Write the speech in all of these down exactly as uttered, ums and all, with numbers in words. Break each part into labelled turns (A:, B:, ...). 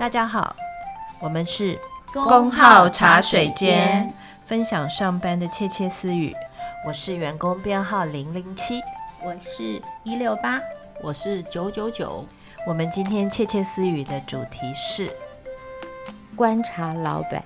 A: 大家好，我们是
B: 工号茶水间，
A: 分享上班的窃窃私语。我是员工编号零零七，
B: 我是一六八，
C: 我是九九九。
A: 我们今天窃窃私语的主题是
B: 观察老板。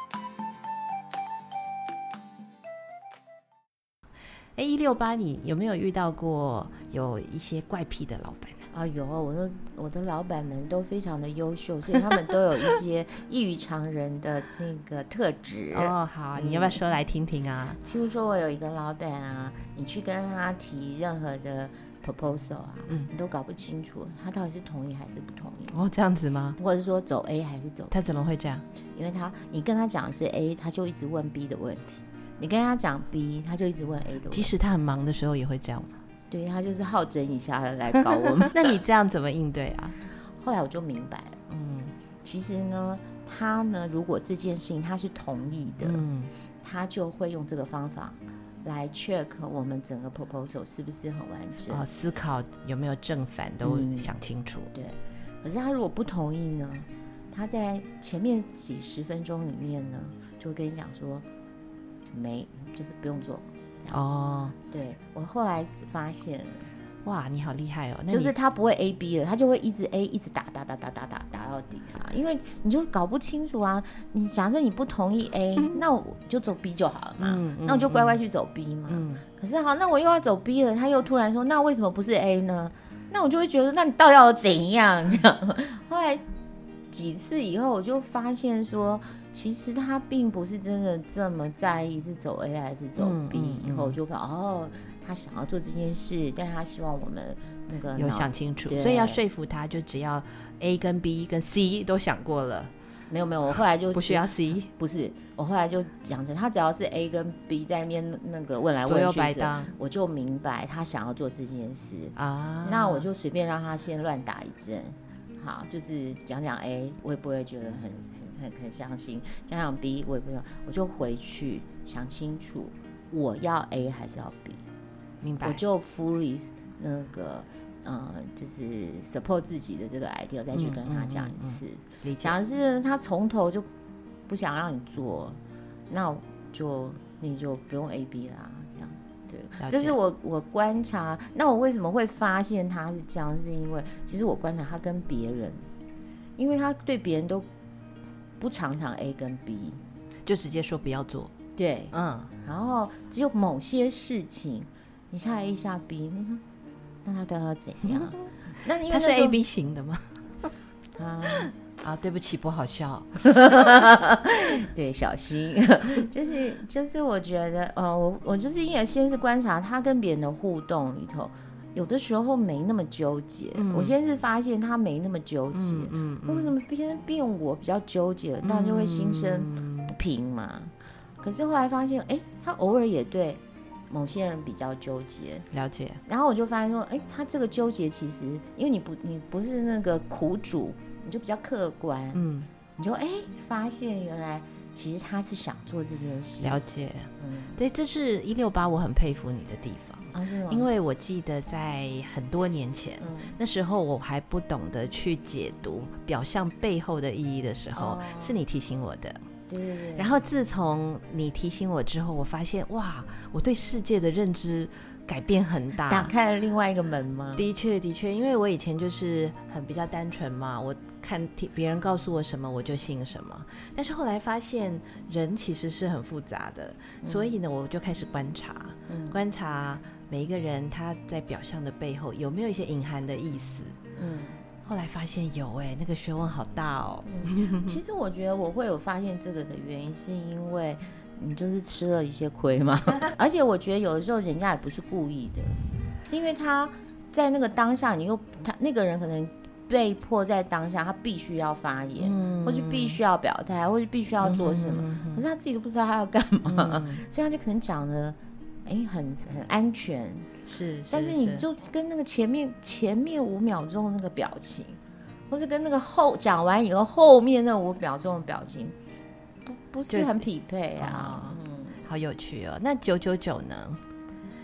A: 哎，一六八，你有没有遇到过有一些怪癖的老板？
B: 啊，有，我的我的老板们都非常的优秀，所以他们都有一些异于常人的那个特质。
A: 哦，好，你要不要说来听听啊？
B: 譬如说我有一个老板啊，你去跟他提任何的 proposal 啊，嗯，你都搞不清楚他到底是同意还是不同意。
A: 哦，这样子吗？
B: 或者说走 A 还是走 B？
A: 他怎么会这样？
B: 因为他你跟他讲的是 A， 他就一直问 B 的问题；你跟他讲 B， 他就一直问 A 的问题。
A: 即使他很忙的时候也会这样吗？
B: 对，他就是好整以暇的来搞我们。
A: 那你这样怎么应对啊？
B: 后来我就明白了，嗯，其实呢，他呢，如果这件事情他是同意的，嗯，他就会用这个方法来 check 我们整个 proposal 是不是很完整，
A: 哦，思考有没有正反都想清楚。
B: 嗯、对，可是他如果不同意呢，他在前面几十分钟里面呢，就会跟你讲说，没，就是不用做。哦，对，我后来发现，
A: 哇，你好厉害哦！
B: 就是他不会 A B 了，他就会一直 A 一直打打打打打打打到底啊，因为你就搞不清楚啊。你假设你不同意 A，、嗯、那我就走 B 就好了嘛，嗯、那我就乖乖去走 B 嘛。嗯、可是好，那我又要走 B 了，他又突然说，那为什么不是 A 呢？那我就会觉得，那你到底要怎样？这样，后来几次以后，我就发现说。其实他并不是真的这么在意是走 A 还是走 B，、嗯嗯、以后我就发现哦，他想要做这件事，但他希望我们那个
A: 有想清楚，所以要说服他，就只要 A 跟 B 跟 C 都想过了。
B: 没有没有，我后来就
A: 不需要 C，
B: 不是，我后来就讲成他只要是 A 跟 B 在那边那个问来问去，
A: 左右摆荡，
B: 我就明白他想要做这件事啊。那我就随便让他先乱打一阵，好，就是讲讲 A， 我也不会觉得很。很, 很相信，加上 B 我也不用，我就回去想清楚我要 A 还是要 B，
A: 明白？
B: 我就 fully 那个呃，就是 support 自己的这个 idea， 再去跟他讲一次。
A: 理解。
B: 假如是他从头就不想让你做，那就你就不用 A B 啦，这样对。这是我我观察，那我为什么会发现他是这样？是因为其实我观察他跟别人，因为他对别人都。不常常 A 跟 B，
A: 就直接说不要做。
B: 对，嗯，然后只有某些事情，一下 A 一下 B， 那他都要怎样？那因为
A: 他是 A B 型的吗？啊啊，对不起，不好笑。
B: 对，小心。就是就是，我觉得，呃，我我就是因为先是观察他跟别人的互动里头。有的时候没那么纠结、嗯、我先是发现他没那么纠结、嗯嗯嗯、为什么变变我比较纠结，当然就会心生不平嘛、嗯、可是后来发现哎，他偶尔也对某些人比较纠结，
A: 了解。
B: 然后我就发现说哎，他这个纠结其实因为你不你不是那个苦主，你就比较客观，嗯，你就哎发现原来其实他是想做这件事，
A: 了解、嗯、对，这是一六八我很佩服你的地方、啊、因为我记得在很多年前、嗯、那时候我还不懂得去解读表象背后的意义的时候、哦、是你提醒我的，
B: 对对对。
A: 然后自从你提醒我之后，我发现哇，我对世界的认知改变很大，
B: 打开了另外一个门吗？
A: 的确的确，因为我以前就是很比较单纯嘛，我看别人告诉我什么我就信什么，但是后来发现人其实是很复杂的、嗯、所以呢我就开始观察、嗯、观察每一个人他在表象的背后有没有一些隐含的意思，嗯，后来发现有哎、欸，那个学问好大哦、
B: 嗯、其实我觉得我会有发现这个的原因是因为你就是吃了一些亏嘛而且我觉得有的时候人家也不是故意的，是因为他在那个当下你又他那个人可能被迫在当下他必须要发言、嗯、或是必须要表态或是必须要做什么、嗯、可是他自己都不知道他要干嘛、嗯、所以他就可能讲的哎，很很安全，
A: 是，
B: 但是你就跟那个前面前面五秒钟的那个表情，或是跟那个后讲完以后后面那五秒钟的表情，不不是很匹配啊。嗯，
A: 好有趣哦。那九九九呢？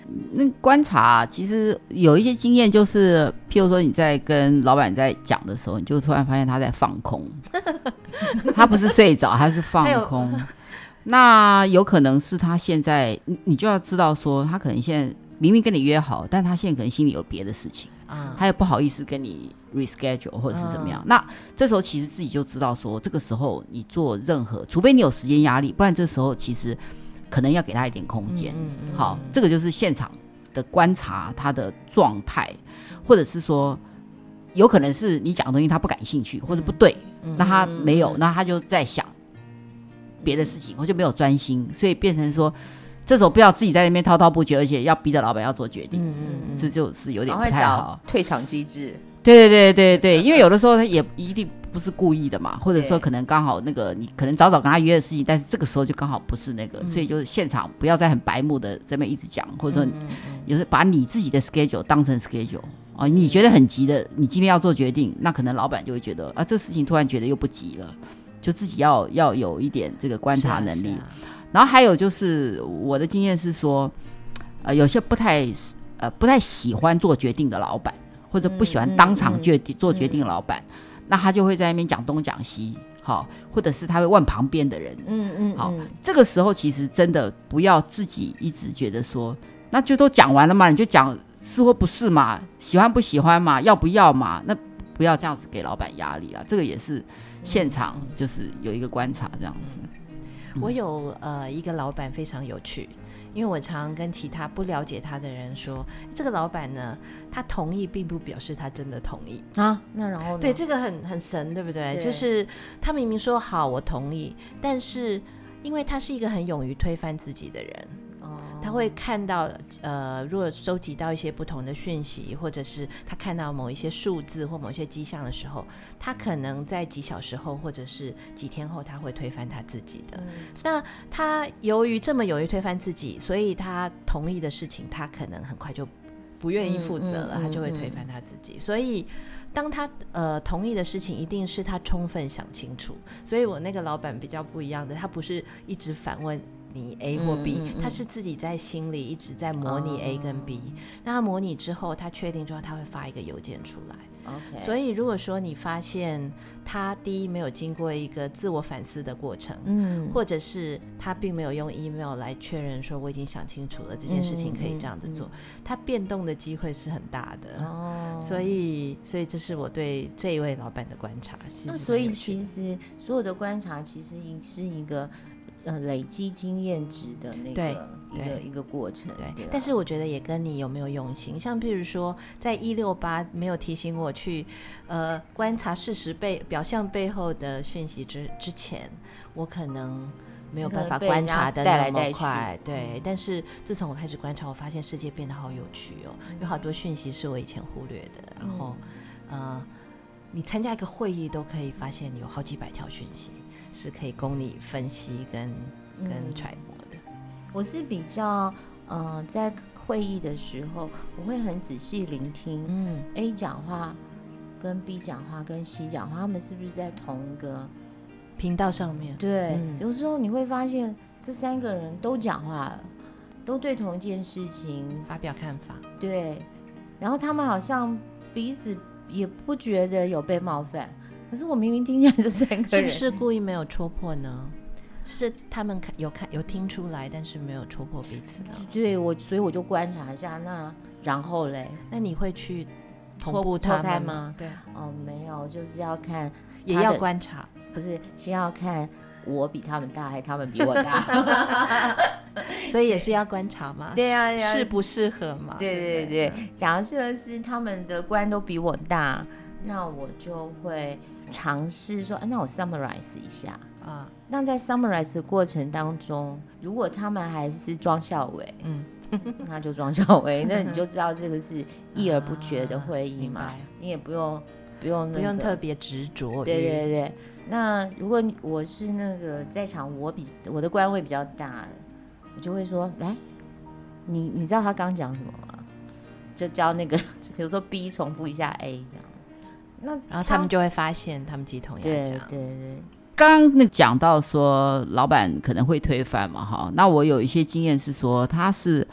D: 那观察其实有一些经验，就是譬如说你在跟老板在讲的时候，你就突然发现他在放空，他不是睡着，他是放空。那有可能是他现在，你就要知道说，他可能现在明明跟你约好，但他现在可能心里有别的事情，嗯、他也不好意思跟你 reschedule 或者是怎么样。嗯、那这时候其实自己就知道说，这个时候你做任何，除非你有时间压力，不然这时候其实可能要给他一点空间。嗯嗯嗯好，这个就是现场的观察他的状态，或者是说，有可能是你讲的东西他不感兴趣或者不对，嗯、那他没有，那他就在想别的事情，我就没有专心，所以变成说。这时候不要自己在那边滔滔不绝，而且要逼着老板要做决定，嗯嗯嗯这就是有点不太好。
B: 退场机制，
D: 对对对对对，因为有的时候他也一定不是故意的嘛，或者说可能刚好那个你可能早早跟他约的事情，但是这个时候就刚好不是那个，嗯、所以就是现场不要再很白目的这边一直讲，或者说有时把你自己的 schedule 当成 schedule 啊，你觉得很急的，你今天要做决定，那可能老板就会觉得啊，这事情突然觉得又不急了，就自己要要有一点这个观察能力。然后还有就是我的经验是说，呃，有些不太呃不太喜欢做决定的老板，或者不喜欢当场决定、嗯嗯、做决定的老板，嗯、那他就会在那边讲东讲西，好，或者是他会问旁边的人，嗯嗯，好，这个时候其实真的不要自己一直觉得说，那就都讲完了嘛，你就讲是或不是嘛，喜欢不喜欢嘛，要不要嘛，那不要这样子给老板压力啊，这个也是现场就是有一个观察这样子。
A: 我有呃一个老板非常有趣，因为我常跟其他不了解他的人说，这个老板呢，他同意并不表示他真的同意
B: 啊。那然后呢？
A: 对，这个很很神，对不对？对就是他明明说好我同意，但是因为他是一个很勇于推翻自己的人。他会看到呃，如果收集到一些不同的讯息，或者是他看到某一些数字或某一些迹象的时候，他可能在几小时后或者是几天后他会推翻他自己的、嗯、那他由于这么勇于推翻自己，所以他同意的事情他可能很快就不愿意负责了、嗯嗯嗯、他就会推翻他自己，所以当他呃同意的事情一定是他充分想清楚。所以我那个老板比较不一样的，他不是一直反问你 A 或 B、嗯嗯嗯、他是自己在心里一直在模拟 A 跟 B、哦、那他模拟之后他确定之后他会发一个邮件出来、okay. 所以如果说你发现他第一没有经过一个自我反思的过程、嗯、或者是他并没有用 email 来确认说我已经想清楚了这件事情可以这样子做、嗯嗯嗯、他变动的机会是很大的、哦、所以所以这是我对这一位老板的观察。
B: 那所以其实所有的观察其实是一个呃，累积经验值的那个一个一个过程， 对, 对、啊，
A: 但是我觉得也跟你有没有用心，像譬如说，在一六八没有提醒我去呃观察事实背表象背后的讯息之之前，我可能没有办法观察的那么快，对。但是自从我开始观察，我发现世界变得好有趣哦，嗯、有好多讯息是我以前忽略的，然后、嗯、呃，你参加一个会议都可以发现有好几百条讯息。是可以供你分析跟跟揣摩的、嗯、
B: 我是比较呃在会议的时候我会很仔细聆听、嗯、A 讲话跟 B 讲话跟 C 讲话，他们是不是在同一个
A: 频道上面。
B: 对、嗯、有时候你会发现这三个人都讲话了，都对同一件事情
A: 发表看法，
B: 对，然后他们好像彼此也不觉得有被冒犯，可是我明明听见这三个人，
A: 是不是故意没有戳破呢？是他们有看有听出来，但是没有戳破彼此呢？
B: 对，我所以我就观察一下，那然后嘞，
A: 那你会去同步他们
B: 吗？对，哦，没有，就是要看，
A: 也要观察，
B: 不是先要看我比他们大，还是他们比我大？
A: 所以也是要观察嘛，
B: 对啊，
A: 适不适合嘛？
B: 对对 对, 对，假设是他们的官都比我大。那我就会尝试说、啊、那我 summarize 一下啊。那在 summarize 的过程当中，如果他们还是装笑伪，嗯，那就装笑伪，那你就知道这个是议而不决的会议嘛，啊、你也不用不用、那个、
A: 不用特别执着。
B: 对对对。那如果我是那个在场我比我的官位比较大的，我就会说，来，你你知道他刚讲什么吗？就教那个，比如说 B 重复一下 A 这样。
A: 那然后他们就会发现他们鸡同鸭讲。
B: 对对对，
D: 刚刚那讲到说老板可能会推翻嘛，哈，那我有一些经验是说他是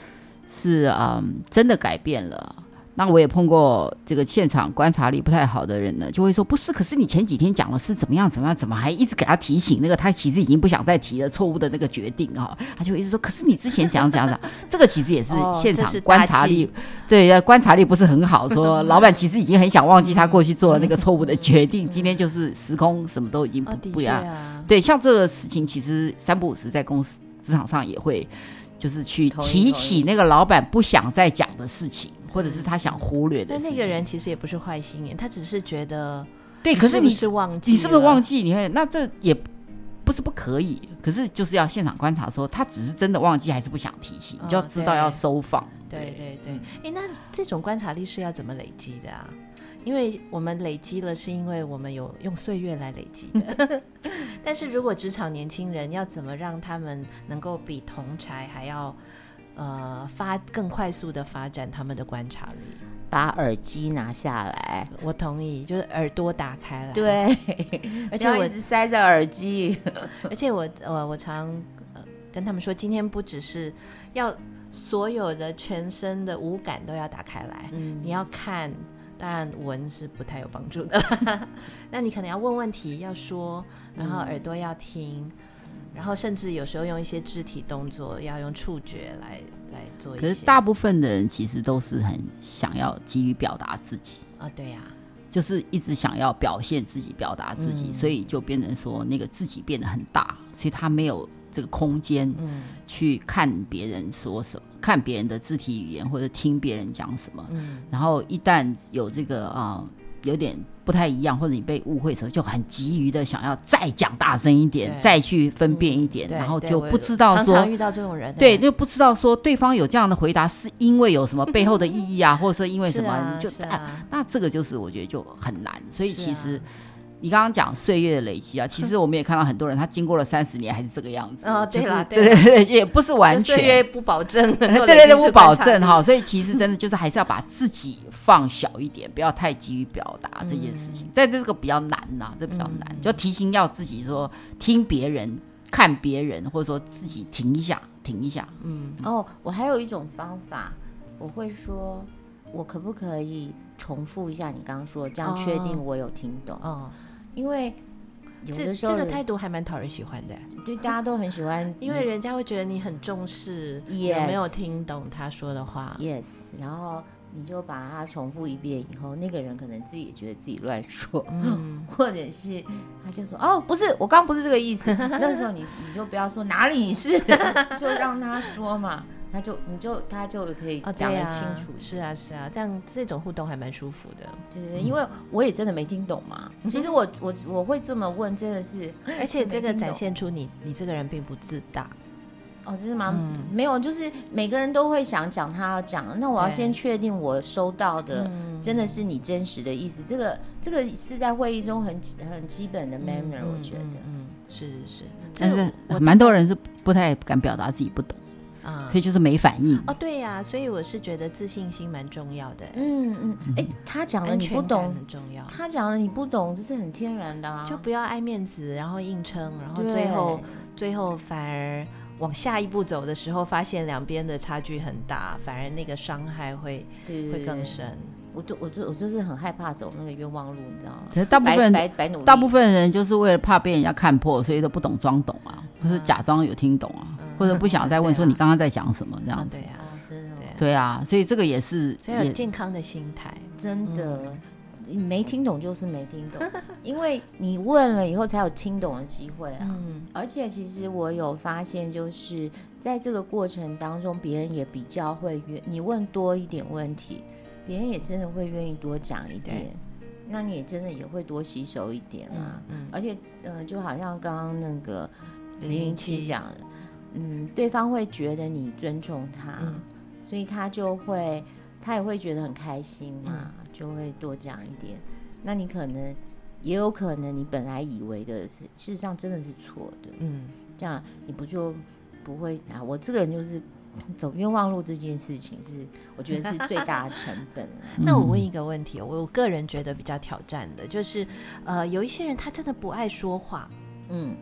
D: 是嗯真的改变了。那我也碰过这个现场观察力不太好的人呢，就会说不是，可是你前几天讲的是怎么样怎么样，怎么还一直给他提醒那个他其实已经不想再提了错误的那个决定啊、哦？他就一直说，可是你之前怎样怎样怎样，这个其实也是现场观察力，哦、对，观察力不是很好。说老板其实已经很想忘记他过去做的那个错误的决定，今天就是时空什么都已经不、哦、不一样、啊。对，像这个事情，其实三不五时在公司职场上也会，就是去提起那个老板不想再讲的事情。或者是他想忽略的事情，
A: 但那个人其实也不是坏心眼，他只是觉得
D: 对，可是你
A: 是忘记，
D: 你是不是忘记？你会那这也不是不可以，可是就是要现场观察说他只是真的忘记还是不想提起，你就要知道要收放。
A: 对对对，哎，那这种观察力是要怎么累积的啊？因为我们累积了，是因为我们有用岁月来累积的。但是如果职场年轻人要怎么让他们能够比同侪还要？呃，发更快速的发展他们的观察力，
B: 把耳机拿下来。
A: 我同意，就是耳朵打开来。
B: 对，而且我一直塞着耳机，
A: 而且我呃我常、呃、跟他们说，今天不只是要所有的全身的五感都要打开来，嗯，你要看，当然闻是不太有帮助的啦那你可能要问问题，要说，然后耳朵要听。嗯，然后甚至有时候用一些肢体动作，要用触觉来来做一些。
D: 可是大部分的人其实都是很想要急于表达自己
A: 啊，对呀、啊，
D: 就是一直想要表现自己、表达自己、嗯，所以就变成说那个自己变得很大，所以他没有这个空间去看别人说什么，嗯、看别人的肢体语言或者听别人讲什么。嗯，然后一旦有这个啊、呃、有点不太一样，或者你被误会的时候，就很急于的想要再讲大声一点，再去分辨一点，嗯、然后就不知道说
A: 常常遇到这种人，
D: 对，就不知道说对方有这样的回答是因为有什么背后的意义啊，或者说因为什么，
A: 啊、
D: 就、
A: 啊啊、
D: 那这个就是我觉得就很难，所以其实。你刚刚讲岁月的累积啊，其实我们也看到很多人，他经过了三十年还是这个样子。
A: 哦，对啦，
D: 对对对，也不是完全。
A: 岁月不保证，对
D: 对对，不保证哈。所以其实真的就是还是要把自己放小一点，不要太急于表达这件事情。在、嗯、这个比较难呐、啊，这比较难，嗯、就提醒要自己说，听别人、看别人，或者说自己停一下，停一下。嗯。
B: 哦，我还有一种方法，我会说，我可不可以重复一下你刚刚说，这样确定我有听懂？哦。因为有的时候
A: 这, 这个态度还蛮讨人喜欢的，
B: 对，大家都很喜欢，
A: 因为人家会觉得你很重视
B: yes,
A: 有没有听懂他说的话
B: yes 然后你就把它重复一遍以后，那个人可能自己也觉得自己乱说、嗯、或者是他就说哦不是，我刚不是这个意思那时候你你就不要说哪里是就让他说嘛，他就你就他就可以讲得清楚、哦啊、
A: 是啊是啊，这样这种互动还蛮舒服的。
B: 对对，因为我也真的没听懂嘛、嗯、其实我我我会这么问真的是，
A: 而且这个展现出你你这个人并不自大
B: 哦，真的吗、嗯、没有，就是每个人都会想讲他要讲，那我要先确定我收到的真的是你真实的意思、嗯、这个这个是在会议中很很基本的 manner、嗯、我觉得、嗯
A: 嗯、是是，
D: 但是蛮多人是不太敢表达自己不懂啊，所以就是没反应
A: 哦。对呀、啊，所以我是觉得自信心蛮重要的。
B: 嗯嗯，哎、欸，他讲了你不懂
A: 很重要，
B: 他讲了你不懂，这是很天然的啊，
A: 就不要爱面子，然后硬撑，然后最后最后反而往下一步走的时候，发现两边的差距很大，反而那个伤害会对对对会更深。
B: 我就我就我就是很害怕走那个冤枉路，你知道吗？
D: 可是大部分
B: 白白努力，
D: 大部分人就是为了怕被人家看破，所以都不懂装懂啊，或是假装有听懂啊，嗯、或者不想再问说你刚刚在讲什么这样子。
A: 对啊，
B: 真的。
D: 对啊，所以这个也是，
A: 所以要有健康的心态，
B: 真的。嗯，没听懂就是没听懂因为你问了以后才有听懂的机会啊、嗯、而且其实我有发现就是在这个过程当中别人也比较会愿你问多一点问题，别人也真的会愿意多讲一点，那你也真的也会多吸收一点啊、嗯嗯、而且、呃、就好像刚刚那个零零七讲的，嗯，对方会觉得你尊重他、嗯、所以他就会他也会觉得很开心嘛、嗯，就会多讲一点。那你可能也有可能你本来以为的是事实上真的是错的，嗯，这样你不就不会啊？我这个人就是走冤枉路这件事情是我觉得是最大的成本、啊、
A: 那我问一个问题，我个人觉得比较挑战的就是呃，有一些人他真的不爱说话，嗯，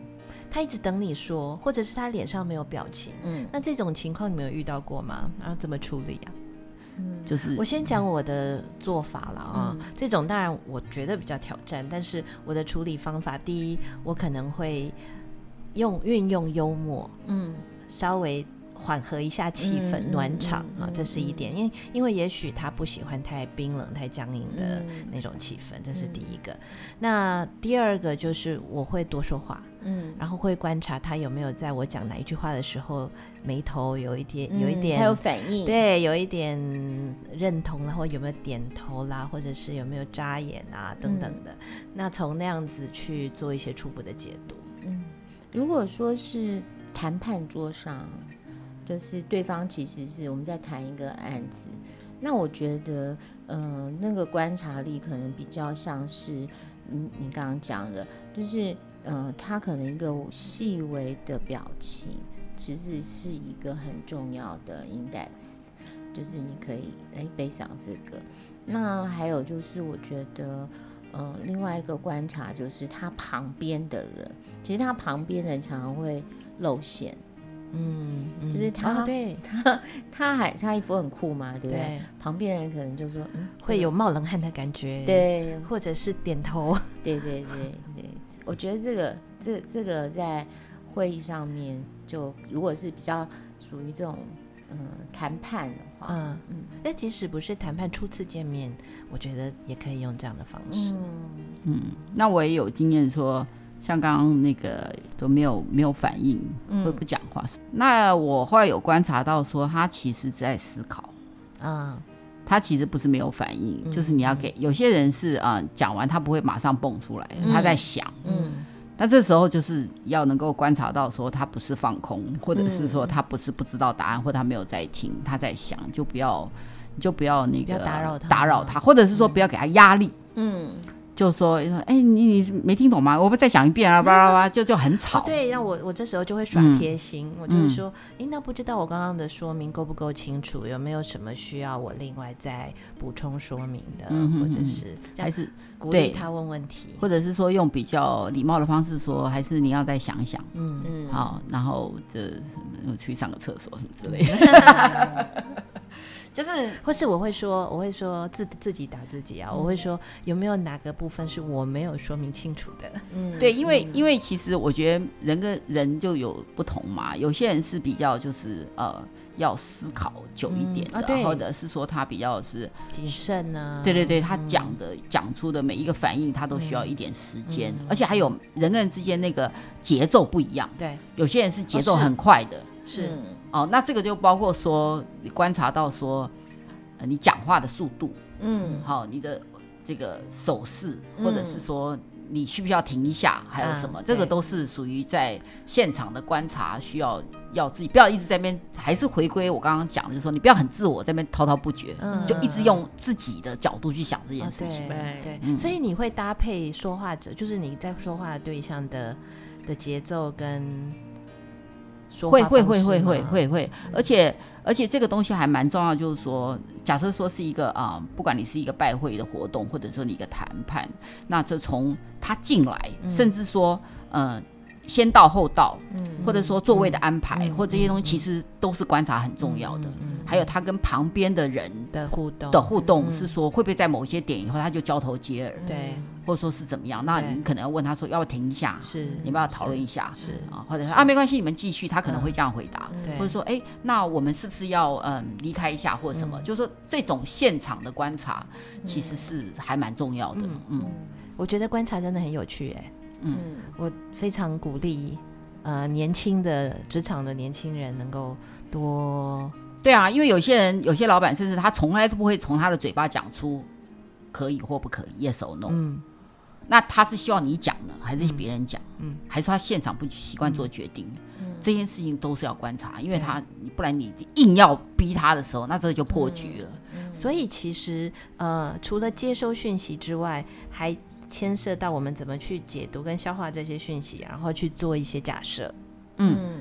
A: 他一直等你说，或者是他脸上没有表情，嗯，那这种情况你们有遇到过吗？然后怎么处理啊？
D: 嗯，就是
A: 我先讲我的做法了啊、嗯，这种当然我觉得比较挑战，但是我的处理方法，第一，我可能会用运用幽默，嗯，稍微缓和一下气氛，嗯、暖场、嗯、啊，这是一点，因为因为也许他不喜欢太冰冷、太僵硬的那种气氛，嗯、这是第一个。那第二个就是我会多说话，嗯，然后会观察他有没有在我讲哪一句话的时候眉头有一点、嗯、有一点
B: 他有反应，
A: 对，有一点认同啦，或有没有点头啦，或者是有没有眨眼啊等等的。嗯、那从那样子去做一些初步的解读。
B: 嗯，如果说是谈判桌上。就是对方其实是我们在谈一个案子，那我觉得，呃，那个观察力可能比较像是，嗯，你刚刚讲的，就是呃，他可能一个细微的表情，其实是一个很重要的 index， 就是你可以哎背上这个。那还有就是，我觉得，呃，另外一个观察就是他旁边的人，其实他旁边的人常常会露馅。嗯，就是他，
A: 哦、对
B: 他，他还他衣服很酷嘛，对不对？对，旁边人可能就说，嗯，
A: 会有冒冷汗的感觉，
B: 对，
A: 或者是点头，
B: 对对对对。我觉得这个这这个在会议上面，就如果是比较属于这种嗯谈判的话，嗯
A: 嗯，但即使不是谈判，初次见面，我觉得也可以用这样的方式。嗯
D: 嗯，那我也有经验说。像刚刚那个都没有没有反应，会不讲话、嗯。那我后来有观察到说，他其实在思考，啊、嗯，他其实不是没有反应，嗯、就是你要给有些人是啊，讲、呃、完他不会马上蹦出来，嗯、他在想，嗯，那这时候就是要能够观察到说他不是放空，或者是说他不是不知道答案，或者他没有在听，他在想，就不要就不要那个
A: 不要打扰他，
D: 打扰他，或者是说不要给他压力，嗯。就说，哎、欸，你你没听懂吗？我不再讲一遍啊，巴拉巴拉，就就很吵。
A: 哦、对，让我我这时候就会耍贴心，嗯、我就会说，哎、欸，那不知道我刚刚的说明够不够清楚？有没有什么需要我另外再补充说明的？嗯、或者是还是鼓励他问问题，
D: 或者是说用比较礼貌的方式说，还是你要再想想，嗯嗯，好，然后这去上个厕所什么之类的。
A: 就是，或是我会说，我会说自自己打自己啊，嗯、我会说有没有哪个部分是我没有说明清楚的？
D: 嗯，对，因为、嗯、因为其实我觉得人跟人就有不同嘛，有些人是比较就是呃要思考久一点的，嗯啊、或者是说他比较是
A: 谨慎啊，
D: 对对对，他讲的讲、嗯、出的每一个反应，他都需要一点时间，嗯、而且还有人跟人之间那个节奏不一样，
A: 对，
D: 有些人是节奏很快的，哦、
A: 是。是
D: 哦，那这个就包括说，你观察到说，呃、你讲话的速度，嗯，好、哦，你的这个手势，或者是说你需不需要停一下，还有什么，嗯、这个都是属于在现场的观察，需要要自己不要一直在那边，还是回归我刚刚讲的，就是说你不要很自我在那边滔滔不绝，嗯、就一直用自己的角度去想这件事情。
A: 哦、对，对嗯、所以你会搭配说话者，就是你在说话的对象的的节奏跟。
D: 会会会会会会会，而且而且这个东西还蛮重要，就是说，假设说是一个啊、呃，不管你是一个拜会的活动，或者说你一个谈判，那这从他进来，嗯、甚至说呃先到后到，嗯、或者说座位的安排，嗯、或这些东西，其实都是观察很重要的。嗯、还有他跟旁边的人
A: 的互动
D: 的互动，是说会不会在某些点以后他就交头接耳，
A: 对。
D: 或者说是怎么样？那你可能要问他说，要不要停一下？
A: 是，
D: 你们要讨论一下？
A: 是
D: 啊，或者是啊，没关系，你们继续。他可能会这样回答，
A: 嗯、
D: 或者说，哎，那我们是不是要嗯离开一下，或者什么？嗯、就是说这种现场的观察，其实是还蛮重要的。嗯，嗯
A: 我觉得观察真的很有趣，哎，嗯，我非常鼓励呃年轻的职场的年轻人能够多。
D: 对啊，因为有些人，有些老板，甚至他从来都不会从他的嘴巴讲出可以或不可以 ，yes or no。嗯。那他是希望你讲呢，还是别人讲？嗯，还是他现场不习惯做决定？嗯，这件事情都是要观察，因为他不然你硬要逼他的时候，那这就破局了。
A: 嗯嗯、所以其实呃，除了接收讯息之外，还牵涉到我们怎么去解读跟消化这些讯息，然后去做一些假设。
D: 嗯，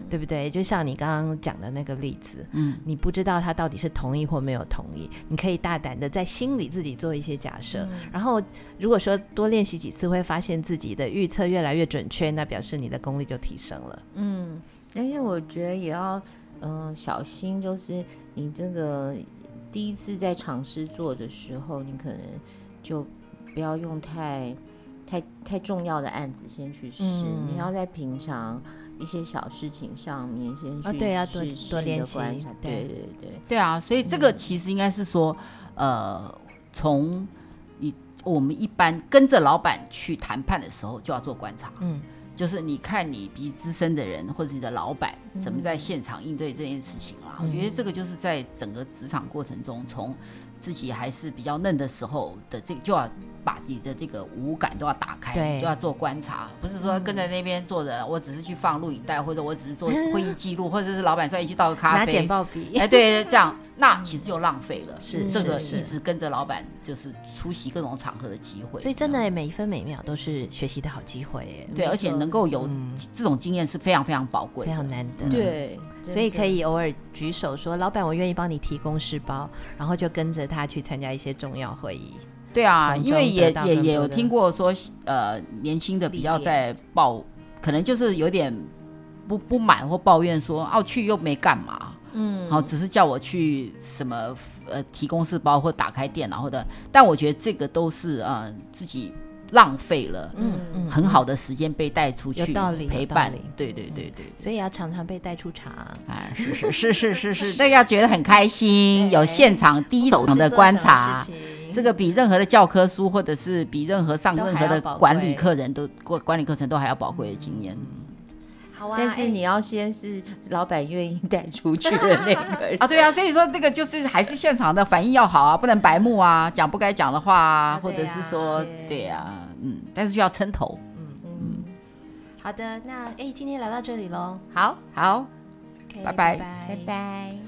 A: 对不对？就像你刚刚讲的那个例子，
D: 嗯，
A: 你不知道他到底是同意或没有同意，你可以大胆的在心里自己做一些假设，
B: 嗯
A: 然后如果说多练习几次会发现自己的预测越来越准确，那表示你的功力就提升了。
B: 嗯，但是我觉得也要嗯、呃、小心，就是你这个第一次在尝试做的时候，你可能就不要用太太太重要的案子先去试、嗯、你要在平常一些小事情上面先去、
A: 哦、对，要多多练习，
B: 对对对对
D: 对啊，所以这个其实应该是说，嗯、呃，从你我们一般跟着老板去谈判的时候，就要做观察，嗯，就是你看你比资深的人或者你的老板怎么在现场应对这件事情啦、嗯、我觉得这个就是在整个职场过程中，从自己还是比较嫩的时候的这个，就要把你的这个五感都要打开，就要做观察，不是说跟在那边坐着、嗯、我只是去放录影带，或者我只是做会议记录，或者是老板说一起倒个咖啡，
A: 拿简报笔，
D: 哎，对，这样那其实就浪费了，
A: 是
D: 这个一直跟着老板就是出席各种场合的机会，
A: 所以真的每一分每秒都是学习的好机会耶，
D: 对，而且能够有这种经验是非常非常宝贵的，
A: 非常难得，
B: 对，
A: 所以可以偶尔举手说老板我愿意帮你提公事包，然后就跟着他去参加一些重要会议。
D: 对啊，因为也也也有听过说呃年轻的比较在抱，可能就是有点不不满或抱怨说哦、啊、去又没干嘛，嗯，好，只是叫我去什么呃提公事包或打开电脑或者，但我觉得这个都是呃自己浪费了嗯很好的时间被带出去陪伴，对对对 对, 对，
A: 所以要常常被带出场
D: 啊，是是是是是是，那要觉得很开心，有现场第一手的观察，这个比任何的教科书或者是比任何上任何的管理课人都管理课程都还要宝贵的经验。
B: 好啊，但是你要先是老板愿意带出去的那个人啊，
D: 对啊，所以说这个就是还是现场的反应要好啊，不能白目啊，讲不该讲的话啊，或者是说对啊，嗯，但是需要撑头。嗯
A: 嗯，好的，那哎，今天聊到这里咯，
B: 好
D: 好，
A: okay,
D: 拜拜，
A: 拜拜。
B: 拜拜。